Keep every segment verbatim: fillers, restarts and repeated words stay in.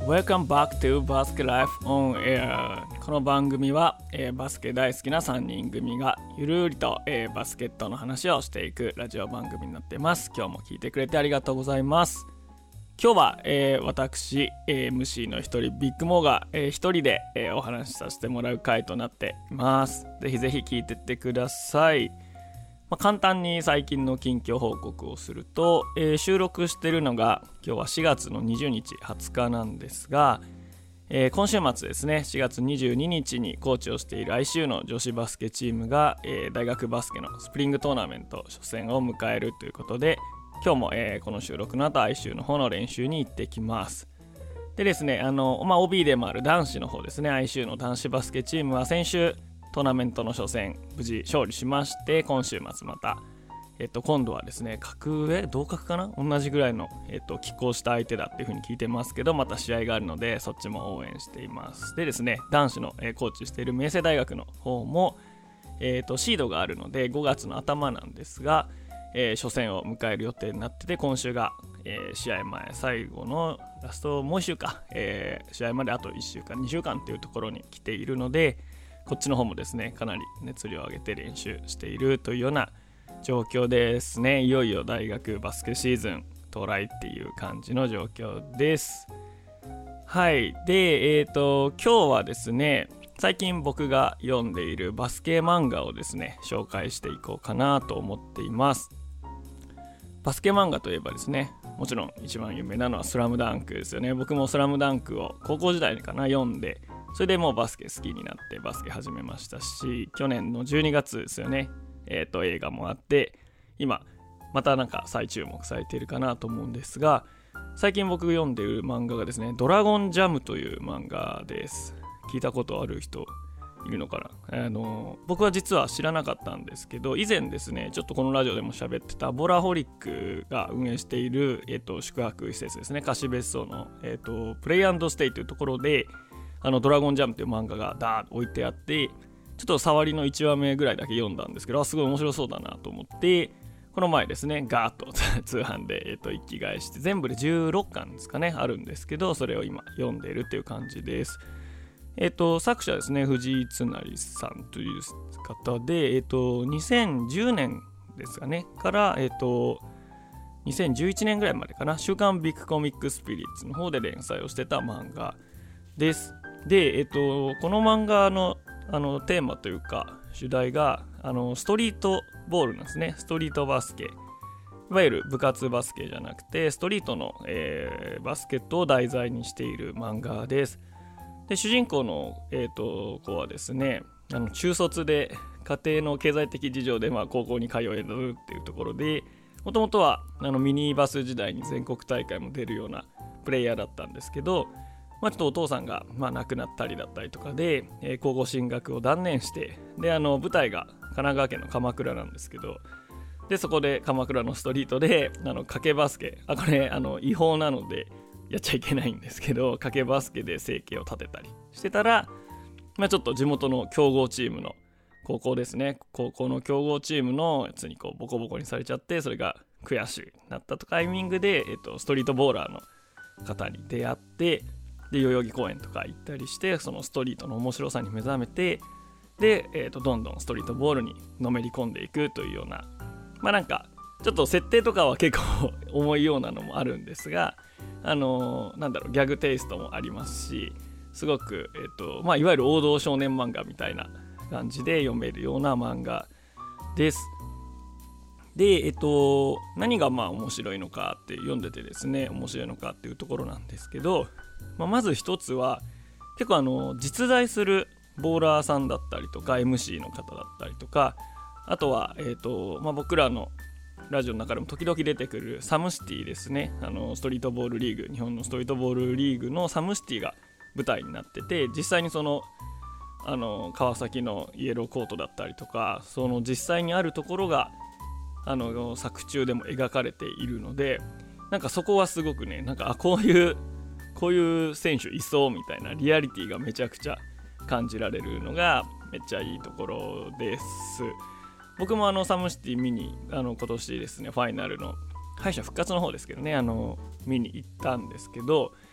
Welcome back to Basket Life on Air。 この番組は、えー、バスケ大好きなさんにん組がゆるりと、えー、バスケットの話をしていくラジオ番組になっています。今日も聞いてくれてありがとうございます。今日は、えー、私、えー、エムシー の一人ビッグモーが、えー、一人で、えー、お話しさせてもらう回となっています。ぜひぜひ聞いてってください。まあ、簡単に最近の近況報告をすると、えー、収録しているのが今日はしがつのにじゅうにちはつかなんですが、えー、今週末ですね、しがつにじゅうににちにコーチをしている アイシーユー の女子バスケチームが、えー、大学バスケのスプリングトーナメント初戦を迎えるということで、今日も、えー、この収録の後 アイシーユー の方の練習に行ってきます。でですね、あの、まあ、オービー でもある男子の方ですね、 アイシーユー の男子バスケチームは先週トーナメントの初戦無事勝利しまして、今週末また、えっと、今度はですね、格上同格かな同じぐらいの、えっと、拮抗した相手だっていう風に聞いてますけど、また試合があるのでそっちも応援しています。でですね、男子の、えー、コーチしている明星大学の方も、えっと、シードがあるのでごがつの頭なんですが、えー、初戦を迎える予定になってて、今週が、えー、試合前最後のラストもういっしゅうかん、えー、試合まであといっしゅうかんにしゅうかんっていうところに来ているので、こっちの方もですねかなり熱量を上げて練習しているというような状況ですね。いよいよ大学バスケシーズン到来っていう感じの状況です。はい。で、えっと今日はですね、最近僕が読んでいるバスケ漫画をですね紹介していこうかなと思っています。バスケ漫画といえばですね、もちろん一番有名なのはスラムダンクですよね。僕もスラムダンクを高校時代かな読んで、それでもうバスケ好きになってバスケ始めましたし、去年のじゅうにがつですよね、えーと映画もあって、今またなんか再注目されているかなと思うんですが、最近僕読んでいる漫画がですね、ドラゴンジャムという漫画です。聞いたことある人いるのかな。あの僕は実は知らなかったんですけど、以前ですねちょっとこのラジオでも喋ってたボラホリックが運営している、えー、と宿泊施設ですね、貸別荘の、えー、とプレイ&ステイというところで、あのドラゴンジャムという漫画がダーッと置いてあって、ちょっと触りのいちわめぐらいだけ読んだんですけど、すごい面白そうだなと思って、この前ですねガーッと通販で、えー、と一気買いして、全部でじゅうろっかんですかねあるんですけど、それを今読んでいるっていう感じです。えっと、作者ですね、藤井つなりさんという方で、えっと、にせんじゅうねんですかね、から、えっと、にせんじゅういちねんぐらいまでかな、週刊ビッグコミックスピリッツの方で連載をしてた漫画です。で、えっと、この漫画の、あのテーマというか、主題があのストリートボールなんですね。ストリートバスケ。いわゆる部活バスケじゃなくて、ストリートの、えー、バスケットを題材にしている漫画です。で、主人公の、えー、と子はですね、あの中卒で家庭の経済的事情で、まあ、高校に通えるっていうところで、もともとはあのミニバス時代に全国大会も出るようなプレイヤーだったんですけど、まあ、ちょっとお父さんが、まあ、亡くなったりだったりとかで、えー、高校進学を断念して、であの舞台が神奈川県の鎌倉なんですけど、でそこで鎌倉のストリートであの賭けバスケ、あこれあの違法なのでやっちゃいけないんですけど、賭けバスケで生計を立てたりしてたら、まあ、ちょっと地元の強豪チームの高校ですね高校の強豪チームのやつにこうボコボコにされちゃって、それが悔しいなったタイミングで、えっと、ストリートボーラーの方に出会って、で代々木公園とか行ったりして、そのストリートの面白さに目覚めて、で、えーと、どんどんストリートボールにのめり込んでいくというような、まあなんかちょっと設定とかは結構重いようなのもあるんですが、あのー、なんだろう、ギャグテイストもありますし、すごく、えーとまあ、いわゆる王道少年漫画みたいな感じで読めるような漫画です。で、えっと、何がまあ面白いのかって読んでてですね、面白いのかっていうところなんですけど、まあ、まず一つは結構あの実在するボーラーさんだったりとか エムシー の方だったりとか、あとは、えっとまあ、僕らのラジオの中でも時々出てくるサムシティですね、あのストリートボールリーグ、日本のストリートボールリーグのサムシティが舞台になってて、実際にそのあの川崎のイエローコートだったりとか、その実際にあるところがあの作中でも描かれているので、なんかそこはすごくね、なんかあこういうこういう選手いそうみたいなリアリティがめちゃくちゃ感じられるのがめっちゃいいところです。僕もあのサムシティ見にあの今年ですね、ファイナルの敗者復活の方ですけどね、あの見に行ったんですけど、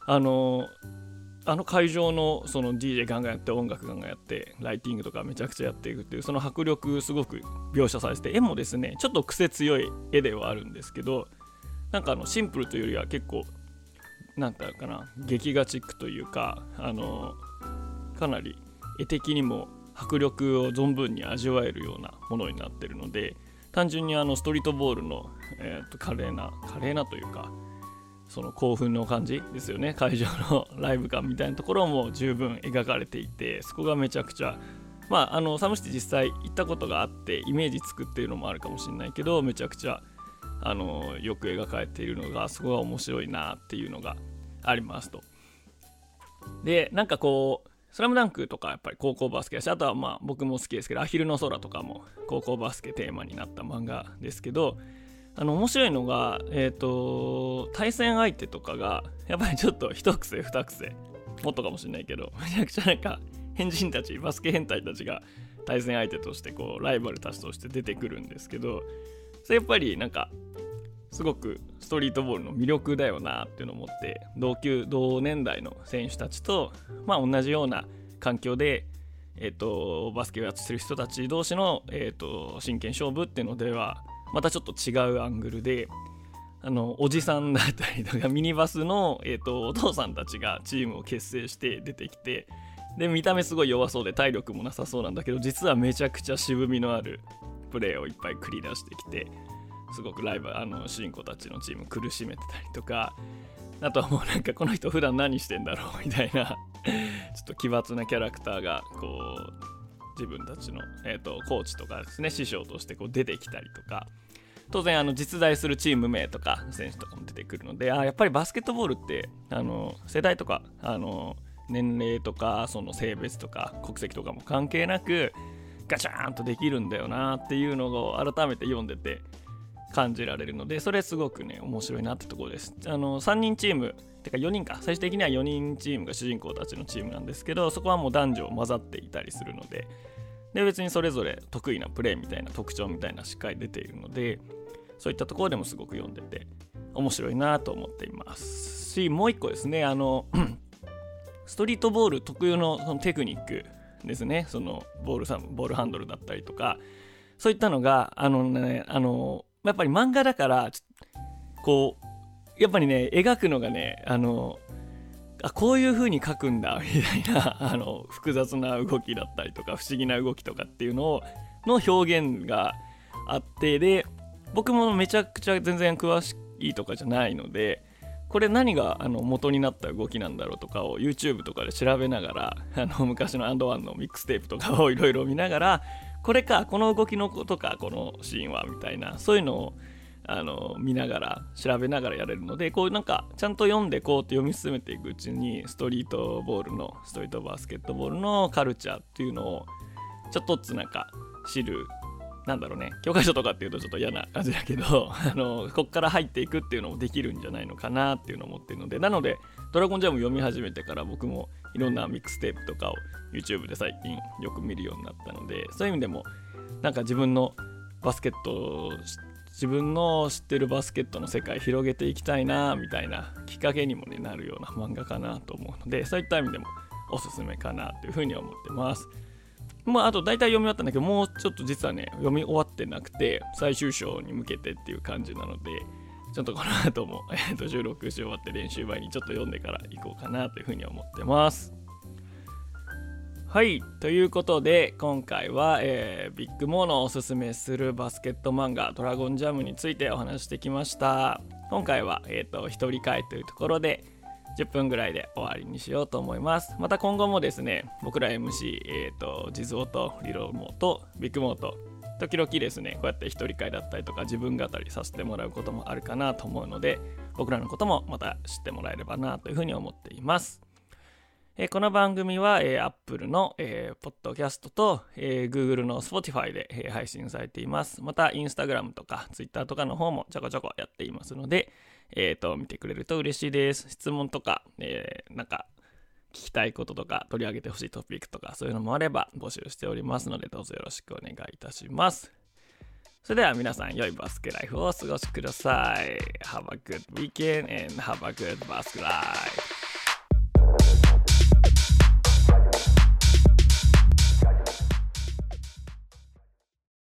あのあの会場のその ディージェー ガンガンやって音楽ガンガンやってライティングとかめちゃくちゃやっていくっていうその迫力すごく描写されてて、絵もですねちょっと癖強い絵ではあるんですけど、なんかあのシンプルというよりは結構なんていうかな、劇画チックというか、あのかなり絵的にも迫力を存分に味わえるようなものになってるので、単純にあのストリートボールの、えー、と華麗な華麗なというかその興奮の感じですよね、会場のライブ感みたいなところも十分描かれていて、そこがめちゃくちゃまああのサムシティ実際行ったことがあってイメージつくっていうのもあるかもしれないけど、めちゃくちゃあのよく描かれているのがすごい面白いなっていうのがありますと。でなんかこうスラムダンクとかやっぱり高校バスケだし、あとはまあ僕も好きですけどアヒルの空とかも高校バスケテーマになった漫画ですけど、あの面白いのが、えーと、対戦相手とかがやっぱりちょっと一癖二癖もっとかもしれないけど、めちゃくちゃなんか変人たちバスケ変態たちが対戦相手としてこうライバルたちとして出てくるんですけど、それやっぱりなんかすごくストリートボールの魅力だよなっていうのを思って、同級同年代の選手たちと、まあ、同じような環境で、えーと、バスケをやってる人たち同士の、えーと、真剣勝負っていうのではまたちょっと違うアングルで、あのおじさんだったりとかミニバスの、えーと、お父さんたちがチームを結成して出てきて、で見た目すごい弱そうで体力もなさそうなんだけど、実はめちゃくちゃ渋みのあるプレーをいっぱい繰り出してきて、すごくライバルあの主人公たちのチーム苦しめてたりとか、あとはもうなんかこの人普段何してんだろうみたいなちょっと奇抜なキャラクターがこう自分たちの、えーと、コーチとかですね師匠としてこう出てきたりとか、当然あの実在するチーム名とか選手とかも出てくるので、あやっぱりバスケットボールってあの世代とかあの年齢とかその性別とか国籍とかも関係なくガチャーンとできるんだよなっていうのを改めて読んでて感じられるので、それすごくね面白いなってところです。あのさんにんチームてかよにんか、最終的にはよにんチームが主人公たちのチームなんですけど、そこはもう男女混ざっていたりするので、で別にそれぞれ得意なプレーみたいな特徴みたいなしっかり出ているので、そういったところでもすごく読んでて面白いなと思っていますし、もう一個ですね、あのストリートボール特有 の, そのテクニックですね、そのボールサムボールハンドルだったりとか、そういったのがあのねあのやっぱり漫画だからこうやっぱりね描くのがねあのあこういう風に描くんだみたいなあの複雑な動きだったりとか不思議な動きとかっていうのをの表現があって、で僕もめちゃくちゃ全然詳しいとかじゃないので、これ何があの元になった動きなんだろうとかを YouTube とかで調べながら、あの昔のアンドワンのミックステープとかをいろいろ見ながら、これかこの動きのことかこのシーンはみたいな、そういうのをあの見ながら調べながらやれるので、こうなんかちゃんと読んでこうって読み進めていくうちにストリートボールのストリートバスケットボールのカルチャーっていうのをちょっとずつなんか知る、なんだろうね、教科書とかっていうとちょっと嫌な感じだけど、あのこっから入っていくっていうのもできるんじゃないのかなっていうのを思ってるので、なのでドラゴンジャム読み始めてから僕もいろんなミックステープとかを YouTube で最近よく見るようになったので、そういう意味でもなんか自分のバスケット自分の知ってるバスケットの世界広げていきたいなみたいなきっかけにも、ね、なるような漫画かなと思うので、そういった意味でもおすすめかなというふうに思ってます。まあ、あと大体読み終わったんだけど、もうちょっと実はね読み終わってなくて最終章に向けてっていう感じなので、ちょっとこの後も、えー、と収録し終わって練習前にちょっと読んでから行こうかなというふうに思ってます。はい、ということで今回は、えー、ビッグモーのおすすめするバスケット漫画ドラゴンジャムについてお話してきました。今回は、えー、と一人会というところでじゅっぷんぐらいで終わりにしようと思います。また今後もですね、僕ら エムシー、えー、と地蔵とリロモとビッグモーと時々ですね、こうやって一人会だったりとか自分語りさせてもらうこともあるかなと思うので、僕らのこともまた知ってもらえればなというふうに思っています。えー、この番組は、えー、Apple の、えー、ポッドキャストと、えー、Google の Spotify で、えー、配信されています。また Instagram とか Twitter とかの方もちょこちょこやっていますので、えー、と見てくれると嬉しいです。質問とか、えー、なんか聞きたいこととか取り上げてほしいトピックとかそういうのもあれば募集しておりますので、どうぞよろしくお願いいたします。それでは皆さん良いバスケライフをお過ごしください。Have a good weekend and have a good basket life.